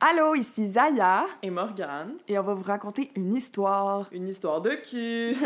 Allô, ici Zaya. Et Morgane. Et on va vous raconter une histoire. Une histoire de qui?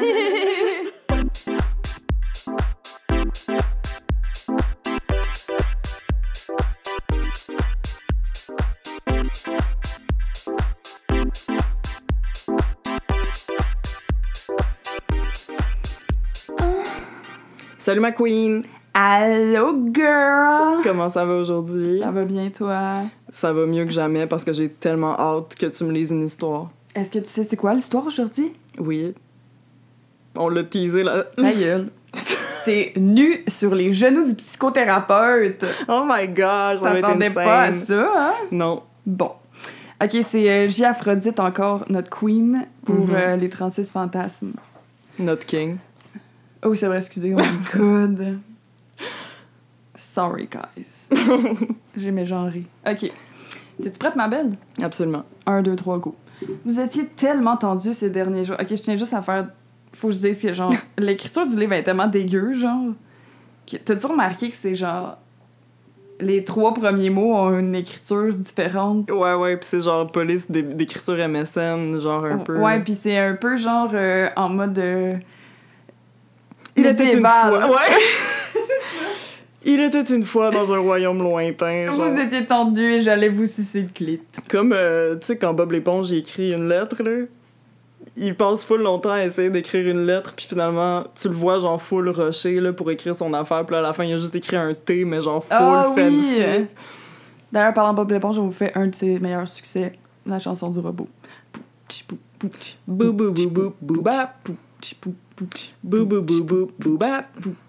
Salut ma queen! Allô, girl! Comment ça va aujourd'hui? Ça va bien, toi? Ça va mieux que jamais parce que j'ai tellement hâte que tu me lises une histoire. Est-ce que tu sais c'est quoi l'histoire aujourd'hui? Oui. On l'a teasé là. Ta gueule. C'est nu sur les genoux du psychothérapeute. Oh my god, ça va être T'attendais insane. pas à ça, hein? Non. Bon. OK, c'est J. Aphrodite encore, notre queen, pour les 36 fantasmes. Notre king. Oh, c'est vrai, excusez. Oh my god. Sorry, guys. J'ai mes genrés. OK. T'es-tu prête, ma belle? Absolument. 1, 2, 3, go. Vous étiez tellement tendus ces derniers jours. OK, je tiens juste à faire... Faut que je dise que, genre, l'écriture du livre est tellement dégueu, genre... T'as-tu remarqué que c'est, genre... Les 3 premiers mots ont une écriture différente? Ouais, pis c'est genre police d'écriture MSN, genre un peu... Ouais, pis c'est un peu, genre, en mode... Il était une médiéval. fois... Ouais! Il était une fois dans un royaume lointain, genre. Vous étiez tendus et j'allais vous sucer le clit. Comme, tu sais, quand Bob l'éponge, il écrit une lettre, là, il passe full longtemps à essayer d'écrire une lettre, puis finalement, tu le vois, genre, full rusher, là, pour écrire son affaire, puis là, à la fin, il a juste écrit un T, mais genre full fancy. Oui. D'ailleurs, parlant de Bob l'éponge, on vous fait un de ses meilleurs succès, la chanson du robot. Bou bou bou bou bou bap. Bou bou bou bou bou bap.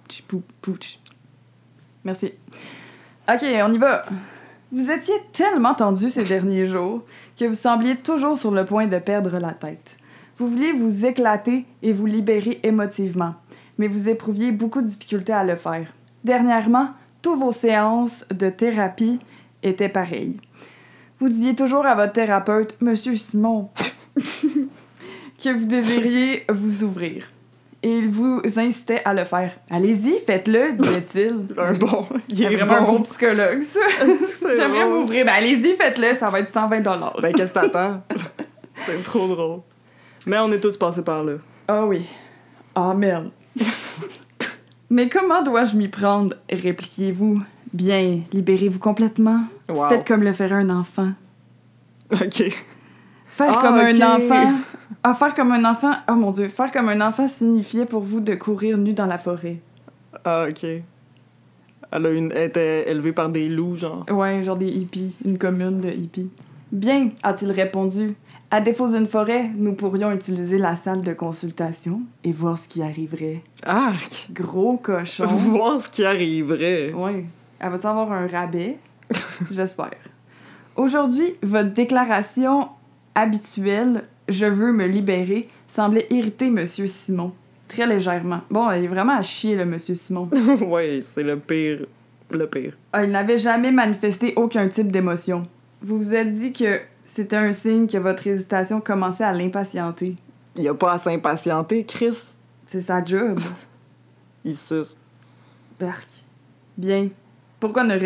Merci. OK, on y va. Vous étiez tellement tendus ces derniers jours que vous sembliez toujours sur le point de perdre la tête. Vous vouliez vous éclater et vous libérer émotivement, mais vous éprouviez beaucoup de difficultés à le faire. Dernièrement, toutes vos séances de thérapie étaient pareilles. Vous disiez toujours à votre thérapeute, Monsieur Simon, que vous désiriez vous ouvrir. Et il vous incitait à le faire. Allez-y, faites-le, disait-il. Il est vraiment un bon psychologue, ça. J'aimerais drôle. m'ouvrir. Ben, allez-y, faites-le, ça va être 120 $. Ben, qu'est-ce que t'attends? C'est trop drôle. Mais on est tous passés par là. Ah oui. Ah, merde. Mais comment dois-je m'y prendre, répliquiez-vous? Bien, libérez-vous complètement. Wow. Faites comme le ferait un enfant. OK. Faire comme ok. un enfant... Ah, faire comme un enfant... Oh mon Dieu. Faire comme un enfant signifiait pour vous de courir nu dans la forêt. Ah, OK. Elle était élevée par des loups, genre. Ouais, genre des hippies. Une commune de hippies. Bien, a-t-il répondu. À défaut d'une forêt, nous pourrions utiliser la salle de consultation et voir ce qui arriverait. Arc! Gros cochon. Voir ce qui arriverait. Ouais. Elle va-tu avoir un rabais? J'espère. Aujourd'hui, votre déclaration habituelle « Je veux me libérer » semblait irriter Monsieur Simon. Très légèrement. Bon, il est vraiment à chier, le Monsieur Simon. Ouais, c'est le pire. Le pire. Ah, il n'avait jamais manifesté aucun type d'émotion. Vous vous êtes dit que c'était un signe que votre hésitation commençait à l'impatienter. Il a pas à s'impatienter, Chris. C'est sa job. Il suce. Berk. Bien. Pourquoi ne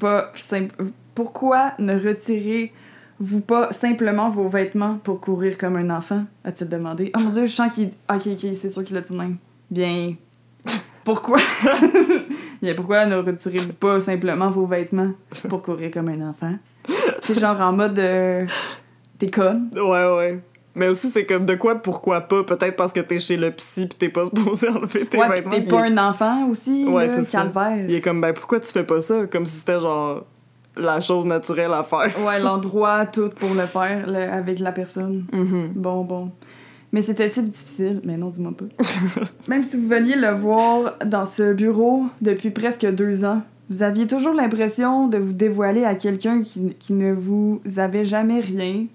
retirez-vous pas simplement vos vêtements pour courir comme un enfant? A-t-il demandé. Oh mon Dieu, je sens qu'il... Ok, c'est sûr qu'il a dit non. Bien. Pourquoi? Bien, pourquoi ne retirez-vous pas simplement vos vêtements pour courir comme un enfant? C'est genre en mode... T'es conne. Ouais. Mais aussi, c'est comme de quoi, pourquoi pas? Peut-être parce que t'es chez le psy pis t'es pas supposé enlever tes vêtements. Ouais, pis t'es pas un enfant aussi, ouais, là, c'est calvaire. Ça. Il est comme, ben pourquoi tu fais pas ça? Comme si c'était genre la chose naturelle à faire. Ouais, l'endroit, tout pour le faire avec la personne. Mm-hmm. Bon. Mais c'était si difficile. Mais non, dis-moi pas. Même si vous veniez le voir dans ce bureau depuis presque 2 ans, vous aviez toujours l'impression de vous dévoiler à quelqu'un qui ne vous avait jamais rien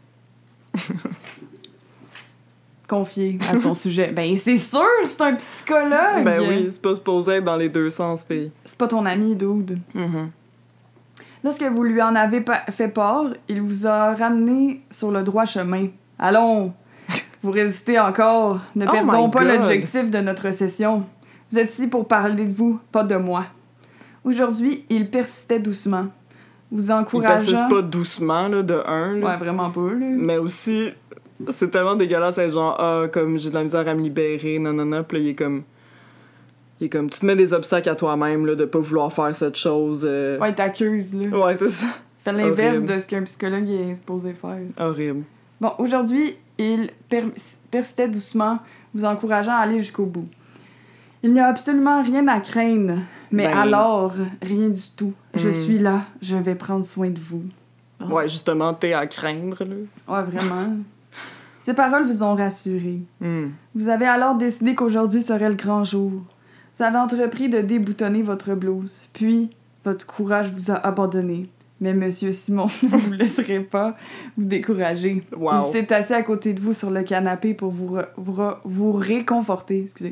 confié à son sujet. Ben, c'est sûr, c'est un psychologue! Ben oui, c'est pas supposé être dans les deux sens, pis... C'est pas ton ami, dude. Mm-hmm. Lorsque vous lui en avez fait part, il vous a ramené sur le droit chemin. Allons! Vous résistez encore. Ne perdons pas l'objectif de notre session. Vous êtes ici pour parler de vous, pas de moi. Aujourd'hui, il persistait doucement. vous Il encourageant... persiste pas doucement, là, de un. Là. Ouais, vraiment pas, là. Mais aussi, c'est tellement dégueulasse d'être genre, ah, comme j'ai de la misère à me libérer, non. Puis là, il est comme, tu te mets des obstacles à toi-même, là, de pas vouloir faire cette chose. Ouais, il t'accuse, là. Ouais, c'est ça. Fais l'inverse Horrible. de ce qu'un psychologue est supposé faire. Horrible. Bon, aujourd'hui, il persistait doucement, vous encourageant à aller jusqu'au bout. Il n'y a absolument rien à craindre, mais Ben- alors, rien du tout. Je Mm. suis là, je vais prendre soin de vous. Ouais, justement, t'es à craindre, là. Ouais, vraiment. Ces paroles vous ont rassuré. Hmm. Vous avez alors décidé qu'aujourd'hui serait le grand jour. Vous avez entrepris de déboutonner votre blouse, puis votre courage vous a abandonné. Mais Monsieur Simon ne vous laisserait pas vous décourager. Wow. Il s'est assis à côté de vous sur le canapé pour vous réconforter. Excusez.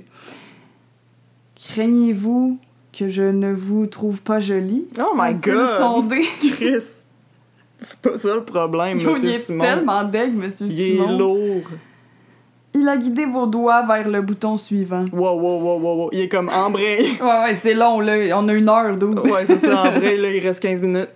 Craignez-vous que je ne vous trouve pas jolie? Oh my A-t-il God! sondé? Chris! C'est pas ça le problème, Yo, Monsieur il est Simon. tellement deg, Monsieur Il est Simon. lourd. Il a guidé vos doigts vers le bouton suivant. Wow. Il est comme embrayé. Ouais, c'est long, là. On a 1 heure, d'où. Ouais, c'est ça, embrayé, là, il reste 15 minutes.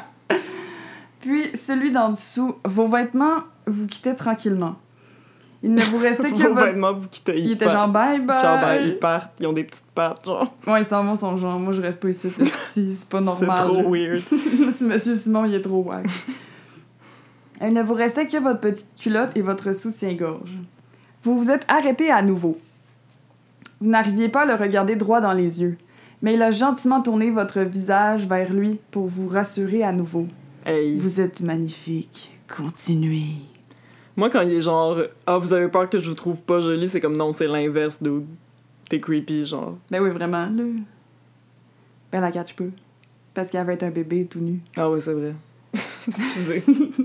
Puis, celui d'en dessous, vos vêtements vous quittaient tranquillement. Il ne vous restait que Vos votre... vêtements, vous quittez. Il était genre bye-bye. Genre, ben, ils partent, ils ont des petites pattes, genre. Ouais, ils s'en vont, son genre. Moi, je reste pas ici, c'est pas normal. C'est trop là. weird. Monsieur Simon, il est trop wack. Il ne vous restait que votre petite culotte et votre soutien-gorge. Vous vous êtes arrêté à nouveau. Vous n'arriviez pas à le regarder droit dans les yeux, mais il a gentiment tourné votre visage vers lui pour vous rassurer à nouveau. Hey. Vous êtes magnifique. Continuez. Moi, quand il est genre, ah, vous avez peur que je vous trouve pas jolie, c'est comme non, c'est l'inverse, dude. T'es creepy, genre. Ben oui, vraiment, là. Ben la catch peu. Parce qu'elle veut être un bébé tout nu. Ah, ouais, c'est vrai. Excusez.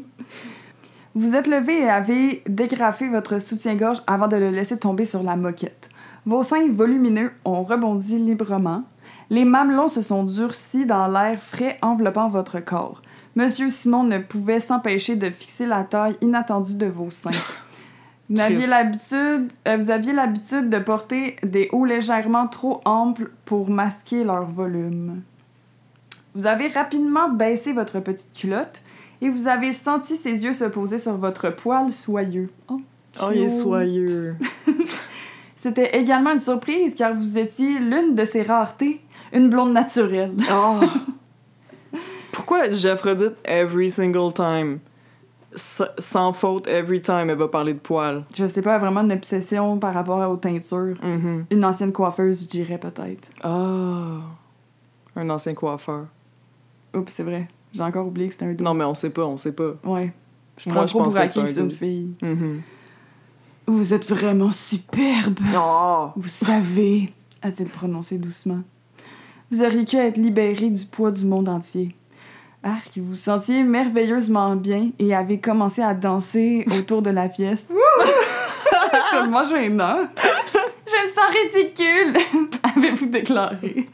Vous êtes levé et avez dégrafé votre soutien-gorge avant de le laisser tomber sur la moquette. Vos seins volumineux ont rebondi librement. Les mamelons se sont durcis dans l'air frais enveloppant votre corps. Monsieur Simon ne pouvait s'empêcher de fixer la taille inattendue de vos seins. Vous aviez l'habitude de porter des hauts légèrement trop amples pour masquer leur volume. Vous avez rapidement baissé votre petite culotte et vous avez senti ses yeux se poser sur votre poil soyeux. Oh, Il est cute. soyeux. C'était également une surprise car vous étiez l'une de ses raretés, une blonde naturelle. Oh. Pourquoi Jephrodite every single time? Sans faute, every time, elle va parler de poils. Je sais pas, vraiment une obsession par rapport aux teintures. Mm-hmm. Une ancienne coiffeuse, je dirais peut-être. Ah. Un ancien coiffeur. Oups, c'est vrai. J'ai encore oublié que c'était un dos. Non, mais on sait pas. Ouais. Je Moi, prends je trop pense pour que c'est acquis que un c'est une dos. fille. Mm-hmm. Vous êtes vraiment superbe. Oh. Vous savez, a-t-il prononcé doucement. Vous auriez pu être libéré du poids du monde entier. Arc, vous vous sentiez merveilleusement bien et avez commencé à danser autour de la pièce. Tellement gênant. Je me sens ridicule, avez-vous déclaré.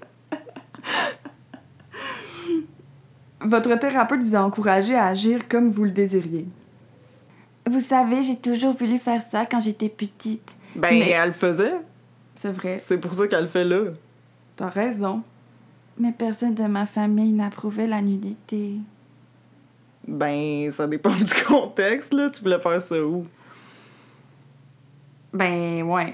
Votre thérapeute vous a encouragé à agir comme vous le désiriez. Vous savez, j'ai toujours voulu faire ça quand j'étais petite. Ben, Mais- elle le faisait. C'est vrai, C'est pour ça qu'elle le fait là. t'as raison. Mais personne de ma famille n'approuvait la nudité. Ben, ça dépend du contexte, là. Tu voulais faire ça où? Ben, ouais.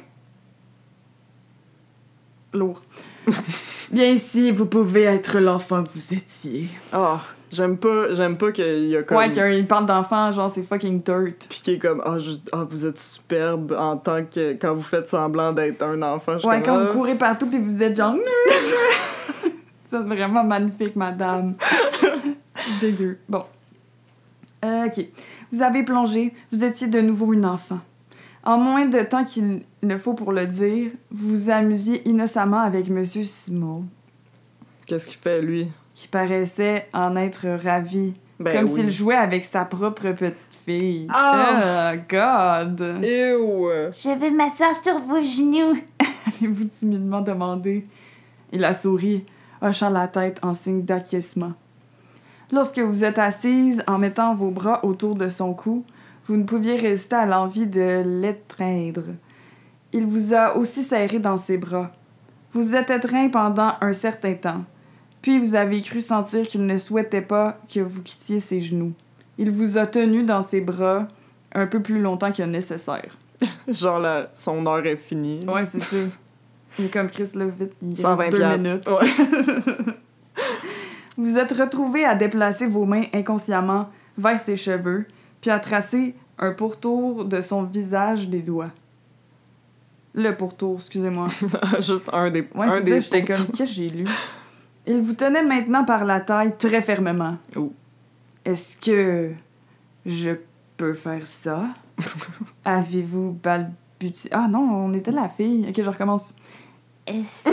Lourd. Bien ici, vous pouvez être l'enfant que vous étiez. Ah, j'aime pas qu'il y a comme... Ouais, qu'il parle d'enfant, genre c'est fucking dirt. Puis qui est comme, vous êtes superbe en tant que... Quand vous faites semblant d'être un enfant. Je suis Ouais, comme, quand vous courez partout puis vous êtes genre... Vous êtes vraiment magnifique, madame. Dégueu. Bon. OK. Vous avez plongé, vous étiez de nouveau une enfant. En moins de temps qu'il ne faut pour le dire, vous vous amusiez innocemment avec Monsieur Simon, Qu'est-ce qu'il fait, lui? qui paraissait en être ravi. Ben comme oui. s'il jouait avec sa propre petite fille. Ah! Oh, God! Ew! Je veux m'asseoir sur vos genoux. Avez-vous timidement demandé? Il a souri, hochant la tête en signe d'acquiescement. Lorsque vous êtes assise en mettant vos bras autour de son cou, vous ne pouviez résister à l'envie de l'étreindre. Il vous a aussi serré dans ses bras. Vous êtes étreint pendant un certain temps. Puis vous avez cru sentir qu'il ne souhaitait pas que vous quittiez ses genoux. Il vous a tenu dans ses bras un peu plus longtemps que nécessaire. Genre, son heure est finie. Ouais, c'est ça. Il est comme Chris, là, vite, il 120 reste 2 piastres. minutes. Ouais. Vous êtes retrouvé à déplacer vos mains inconsciemment vers ses cheveux, puis à tracer un pourtour de son visage des doigts. Le pourtour, excusez-moi. Juste un des Ouais, un c'est des ça, j'étais pourtours. comme, qu'est-ce que j'ai lu? Il vous tenait maintenant par la taille très fermement. Oh. Est-ce que je peux faire ça? Avez-vous balbutié... Ah non, on était la fille. Ok, je recommence. Est-ce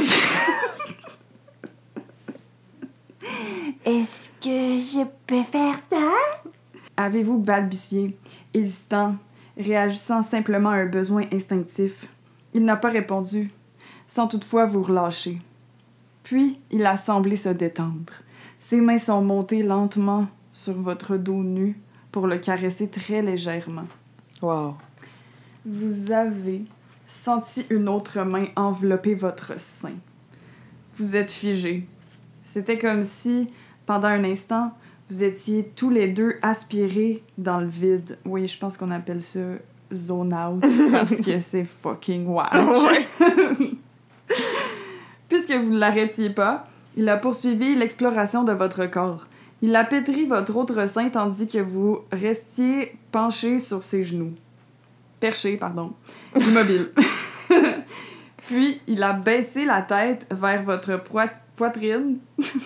Est-ce que je peux faire ça? Avez-vous balbutié, hésitant, réagissant simplement à un besoin instinctif? Il n'a pas répondu, sans toutefois vous relâcher. Puis, il a semblé se détendre. Ses mains sont montées lentement sur votre dos nu pour le caresser très légèrement. Wow. Vous avez senti une autre main envelopper votre sein. Vous êtes figé. C'était comme si, pendant un instant, vous étiez tous les deux aspirés dans le vide. Oui, je pense qu'on appelle ça zone out parce que c'est fucking wack. Ouais. Puisque vous ne l'arrêtiez pas, il a poursuivi l'exploration de votre corps. Il a pétri votre autre sein tandis que vous restiez penché sur ses genoux. Perché, pardon. Immobile. Puis, il a baissé la tête vers votre poitrine.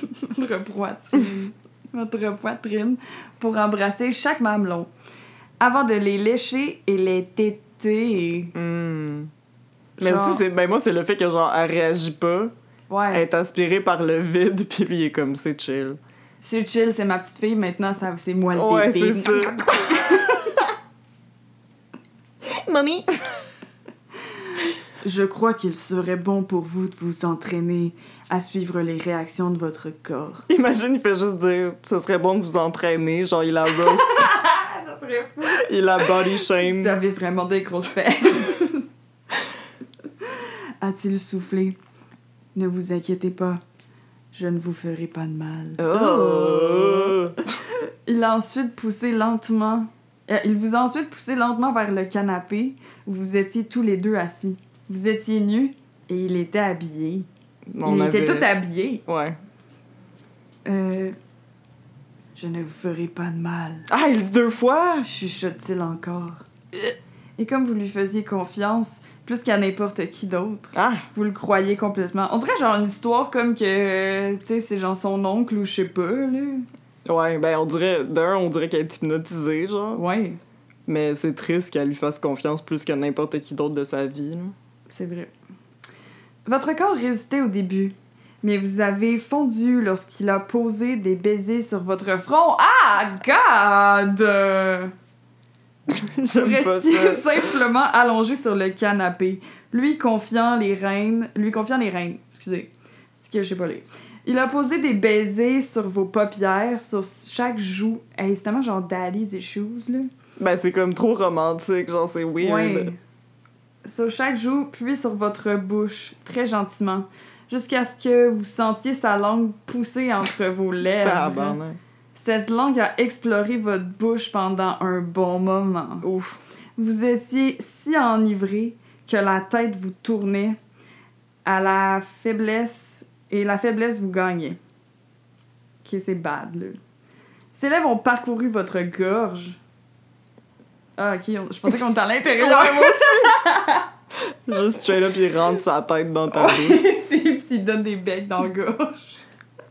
Votre poitrine pour embrasser chaque mamelon. Avant de les lécher et les téter. Mais Genre- aussi, moi, c'est le fait que, genre, elle réagit pas. Elle Ouais. est aspirée par le vide, puis lui, il est comme, c'est chill. C'est chill, c'est ma petite fille. Maintenant, c'est moi le Ouais, bébé. c'est ça. Mamie! Je crois qu'il serait bon pour vous de vous entraîner à suivre les réactions de votre corps. Imagine, il fait juste dire, ce serait bon de vous entraîner. Genre, il a roast, Ça serait fou. il a body Vous shame. avez vraiment des grosses fesses. A-t-il soufflé? Ne vous inquiétez pas. Je ne vous ferai pas de mal. Oh. Il a ensuite poussé lentement... il vous a ensuite poussé lentement vers le canapé où vous étiez tous les deux assis. Vous étiez nus et il était habillé. Il était tout habillé. Ouais. Je ne vous ferai pas de mal. Ah, il dit 2 fois? Chuchote-t-il encore. Et comme vous lui faisiez confiance, plus qu'à n'importe qui d'autre, Ah, vous le croyez complètement. On dirait genre une histoire comme que, tu sais, c'est genre son oncle ou je sais pas, là. ouais, ben on dirait qu'elle est hypnotisée, genre. Ouais, Mais c'est triste qu'elle lui fasse confiance plus que n'importe qui d'autre de sa vie, là. c'est vrai. Votre corps résistait au début, mais vous avez fondu lorsqu'il a posé des baisers sur votre front. Ah, God! Vous J'aime pas restiez ça. simplement allongé sur le canapé, lui confiant les rênes, excusez, c'est que je sais pas lire. Il a posé des baisers sur vos paupières, sur chaque joue. Hey, c'est tellement genre daddy's issues, là. Ben c'est comme trop romantique, genre c'est weird. Ouais. Sur chaque joue, puis sur votre bouche, très gentiment, jusqu'à ce que vous sentiez sa langue pousser entre vos lèvres. Tabarnak. Cette langue a exploré votre bouche pendant un bon moment. Ouf. Vous étiez si enivré que la tête vous tournait à la faiblesse et la faiblesse vous gagnait. Ok, c'est bad, là. Ses lèvres ont parcouru votre gorge. Ah, ok, je pensais qu'on était à l'intérieur. Ouais, moi aussi. Juste straight up, il rentre sa tête dans ta bouche. Puis il donne des becs dans la gorge.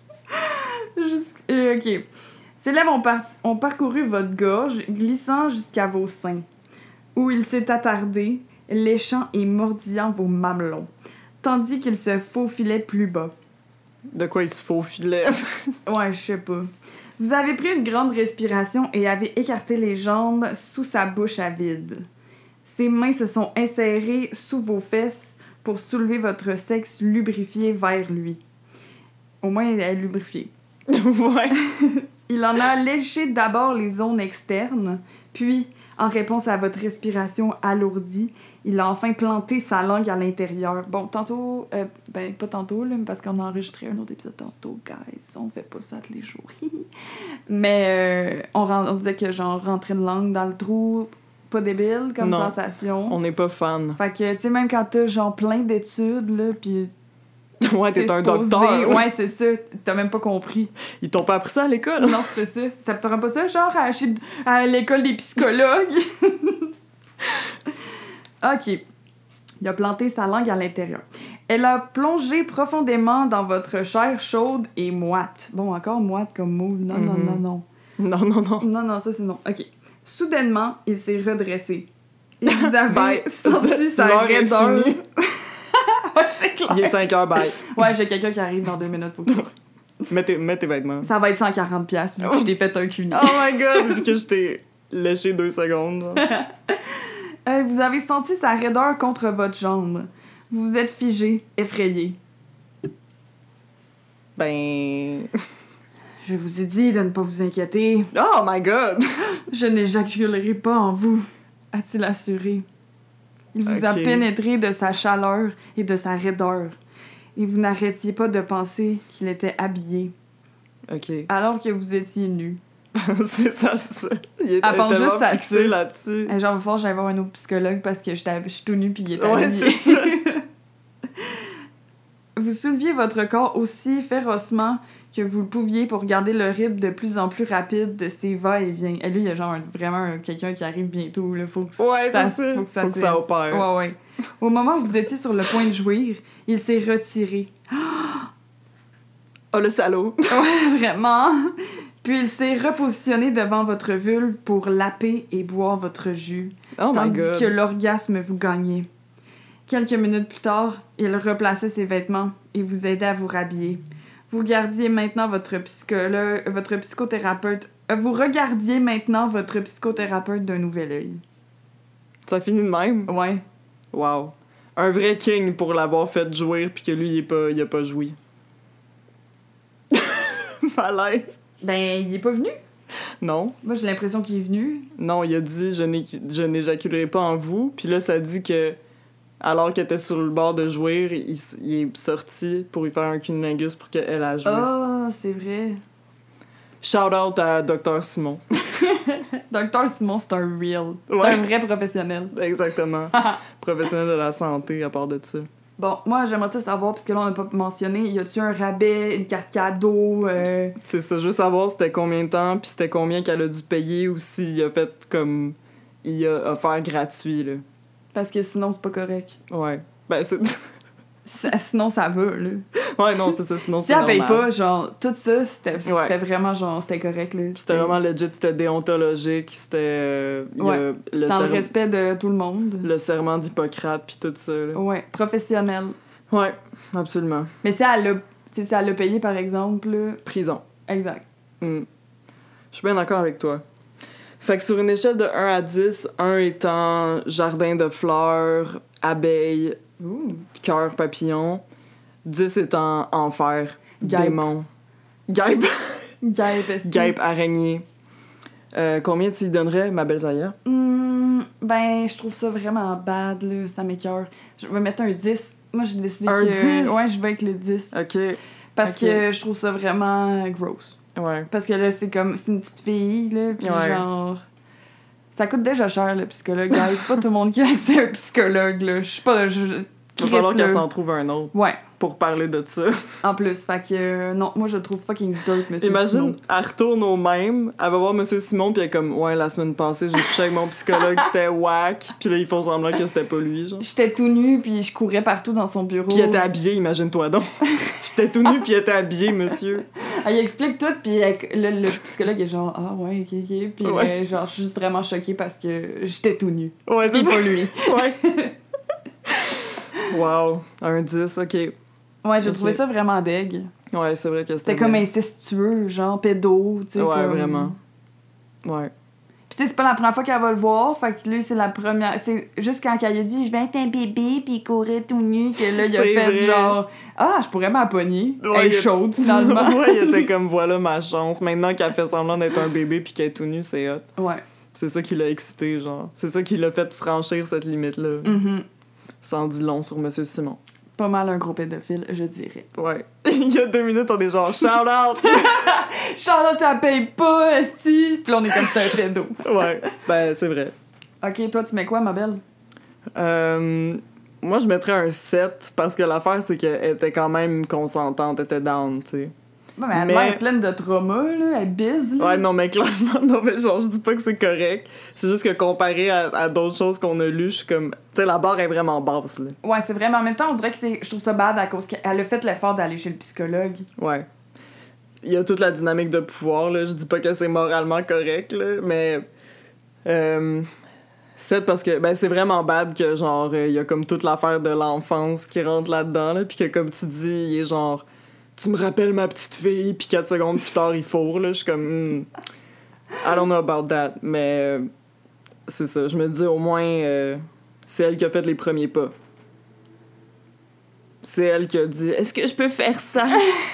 Ok. Ses lèvres ont parcouru votre gorge, glissant jusqu'à vos seins, où il s'est attardé, léchant et mordillant vos mamelons, tandis qu'il se faufilait plus bas. De quoi il se faufilait? Ouais, je sais pas. Vous avez pris une grande respiration et avez écarté les jambes sous sa bouche à vide. Ses mains se sont insérées sous vos fesses pour soulever votre sexe lubrifié vers lui. Au moins, elle est lubrifiée. Ouais. Il en a léché d'abord les zones externes, puis, en réponse à votre respiration alourdie, Il a enfin planté sa langue à l'intérieur. Bon, tantôt... pas tantôt, là, parce qu'on a enregistré un autre épisode tantôt, guys. On fait pas ça tous les jours. Mais on disait que, genre, rentrer une langue dans le trou, pas débile comme Non. sensation. On n'est pas fan. Fait que, tu sais, même quand t'as, genre, plein d'études, là, pis... Ouais, t'es un supposé- docteur. Ouais, c'est ça. T'as même pas compris. Ils t'ont pas appris ça à l'école? Non, c'est ça. T'apprends pas ça, genre, à l'école des psychologues? OK. Il a planté sa langue à l'intérieur. Elle a plongé profondément dans votre chair chaude et moite. Bon, encore moite comme mot. Non, non, non, non. Non, non, non. Non, non, ça, c'est non. OK. Soudainement, il s'est redressé. Et vous avez Bye. senti sa L'heure est raideur. finie. Ouais, c'est clair. Il est 5 heures, bye. Ouais, j'ai quelqu'un qui arrive dans 2 minutes. Faut que tu... Mets tes vêtements. Ça va être 140$ vu que je t'ai fait un cuni. Oh my god, vu que je t'ai léché 2 secondes. genre. Vous avez senti sa raideur contre votre jambe. Vous vous êtes figé, effrayé. Ben... Je vous ai dit de ne pas vous inquiéter. Oh my god! Je n'éjaculerai pas en vous, a-t-il assuré. Il vous a Ok. pénétré de sa chaleur et de sa raideur. Et vous n'arrêtiez pas de penser qu'il était habillé, Ok. alors que vous étiez nu. c'est ça. Il était pense tellement juste à fixé ça. là-dessus. Genre, il va falloir que j'aille voir un autre psychologue parce que je suis tout nu puis il était Ouais, habillé. c'est ça. Vous souleviez votre corps aussi férocement que vous le pouviez pour garder le rythme de plus en plus rapide de ses va-et-vient. Et lui, il y a genre vraiment quelqu'un qui arrive bientôt. Là. Faut que Ouais, ça, c'est ça. faut que ça Faut que se ça laisse. opère. Ouais, ouais. Au moment où vous étiez sur le point de jouir, il s'est retiré. Oh, le salaud. Ouais, vraiment. Puis il s'est repositionné devant votre vulve pour laper et boire votre jus, Oh my tandis god. que l'orgasme vous gagnait. Quelques minutes plus tard, il replaçait ses vêtements et vous aidait à vous rhabiller. Vous regardiez maintenant votre psychothérapeute. Vous regardiez maintenant votre psychothérapeute d'un nouvel œil. Ça finit de même? Ouais. Wow. Un vrai king pour l'avoir fait jouir puis que lui, il a pas joui. Malaise. Ben, il est pas venu. Non. Moi, j'ai l'impression qu'il est venu. Non, il a dit je n'éjaculerai pas en vous. Puis là, ça dit que alors qu'elle était sur le bord de jouir, il est sorti pour lui faire un cunnilingus pour qu'elle la jouisse. Ah, c'est vrai. Shout out à Dr Simon. Docteur Simon, c'est un real. C'est Ouais. un vrai professionnel. Exactement. Professionnel de la santé à part de ça. Bon, moi, j'aimerais ça savoir, parce que là, on n'a pas mentionné, y a-tu un rabais, une carte cadeau? C'est ça, juste savoir c'était combien de temps puis c'était combien qu'elle a dû payer ou s'il a fait comme il a offert gratuit là. Parce que sinon, c'est pas correct. Ouais. Ben c'est Sinon, ça va, là. ouais non, c'est ça sinon Si c'est elle paye normal. pas, genre, tout ça, c'était Ouais. vraiment, genre, c'était correct, là. C'était vraiment legit, c'était déontologique, c'était il y a Ouais. Dans le respect de tout le monde. le serment d'Hippocrate puis tout ça là. Ouais, professionnel. Ouais, absolument. Mais si elle l'a, tu sais, si elle l'a payé, par exemple, là, Prison. exact. Je suis bien d'accord avec toi. Fait que sur une échelle de 1 à 10, 1 étant jardin de fleurs, abeilles, cœur papillon, 10 étant enfer, Guêpe. démon, guêpe, Guêpe, est-ce que- guêpe, araignée. Combien tu lui donnerais, ma belle Zaya? Ben, je trouve ça vraiment bad, là. Ça m'écoeure. Je vais mettre un 10. Moi, j'ai décidé Un que... 10? Ouais, je vais avec le 10. Ok, Parce ok. que je trouve ça vraiment gross. ouais. Parce que là, c'est comme... C'est une petite fille, là, puis Ouais. genre... Ça coûte déjà cher, le psychologue, guys. C'est pas tout le monde qui a accès à un psychologue, là. Je suis pas... Il va falloir qu'elle s'en trouve un autre Ouais, pour parler de ça. en plus. Fait que... non, moi, je le trouve fucking dirt, monsieur Imagine, Simon. elle retourne au même, elle va voir Monsieur Simon, puis elle est comme, ouais, la semaine passée, j'ai couché avec mon psychologue, c'était whack, puis là, ils font semblant que c'était pas lui, genre. J'étais tout nu, puis je courais partout dans son bureau. Puis elle était habillée, imagine-toi donc. J'étais tout nu, puis elle était habillée, monsieur. Elle explique tout, puis le psychologue est genre, ah ouais, ok, ok. Puis Ouais. genre, je suis juste vraiment choquée parce que j'étais tout nu. Ouais, c'est Puis ça. pas lui. Ouais. Wow, un 10, ok. Ouais, j'ai Ok. trouvé ça vraiment deg. Ouais, c'est vrai que C'était comme bien. incestueux, genre pédo, tu sais. Ouais, comme... vraiment. Ouais. Puis tu sais, c'est pas la première fois qu'elle va le voir, fait que lui, c'est la première. C'est juste quand elle a dit, je vais être un bébé, puis il courait tout nu, que là, il a C'est fait vrai. genre, ah, je pourrais m'apogner. Ouais, Elle il est a- chaude, finalement. Ouais, il était comme, voilà ma chance. Maintenant qu'elle fait semblant d'être un bébé, puis qu'elle est tout nu, c'est hot. Ouais. C'est ça qui l'a excité, genre. C'est ça qui l'a fait franchir cette limite-là. Ça en dit long sur Monsieur Simon. Pas mal un gros pédophile, je dirais. Ouais. Il y a 2 minutes, on est genre « shout out ». Charlotte, ça paye pas, esti! Puis là, on est comme si c'était un pédo. Ouais, ben c'est vrai. Ok, toi, tu mets quoi, ma belle? Moi, je mettrais un 7 parce que l'affaire, c'est qu'elle était quand même consentante, elle était down, tu sais. Ouais, mais elle a l'air pleine de trauma, là. Elle est bise, là. Ouais, non, mais clairement, non, mais genre, je dis pas que c'est correct. C'est juste que comparé à d'autres choses qu'on a lues, je suis comme... Tu sais, la barre est vraiment basse, là. Ouais, c'est vrai, mais en même temps, on dirait que je trouve ça bad à cause qu'elle a fait l'effort d'aller chez le psychologue. Ouais. Il y a toute la dynamique de pouvoir, là. Je dis pas que c'est moralement correct, là, mais... 7 parce que, ben, c'est vraiment bad que, genre, il y a comme toute l'affaire de l'enfance qui rentre là-dedans, là, puis que, comme tu dis, il est genre... Tu me rappelles ma petite fille, puis 4 secondes plus tard, il fourre, là. Je suis comme... I don't know about that, mais... c'est ça, je me dis, au moins, c'est elle qui a fait les premiers pas. C'est elle qui a dit « Est-ce que je peux faire ça? »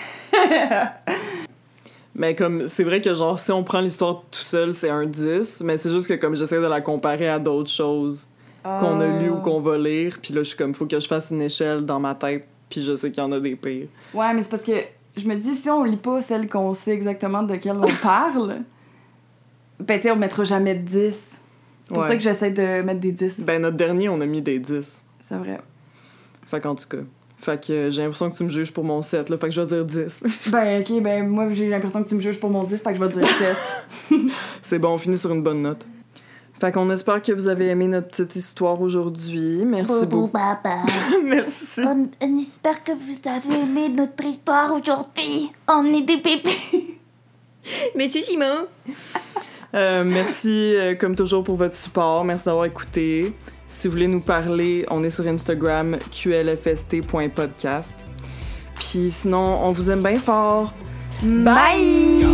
Mais comme, c'est vrai que, genre, si on prend l'histoire tout seul, c'est un 10, mais c'est juste que, comme, j'essaie de la comparer à d'autres choses qu'on a lues ou qu'on va lire, puis là, je suis comme, faut que je fasse une échelle dans ma tête, puis je sais qu'il y en a des pires. Ouais, mais c'est parce que je me dis, si on lit pas celle qu'on sait exactement de quelle on parle, ben, tu sais, on mettra jamais de 10. C'est pour ça que j'essaie de mettre des 10. Ben, notre dernier, on a mis des 10. C'est vrai. Fait qu'en tout cas... Fait que j'ai l'impression que tu me juges pour mon 7, là. Fait que je vais dire 10. Ben, ok, ben, moi, j'ai l'impression que tu me juges pour mon 10, fait que je vais dire 7. C'est bon, on finit sur une bonne note. Fait qu'on espère que vous avez aimé notre petite histoire aujourd'hui. Merci beaucoup. Papa. Merci. On espère que vous avez aimé notre histoire aujourd'hui. On est des bébés. Monsieur Simon. Merci, comme toujours, pour votre support. Merci d'avoir écouté. Si vous voulez nous parler, on est sur Instagram, qlfst.podcast. Puis sinon, on vous aime bien fort. Bye!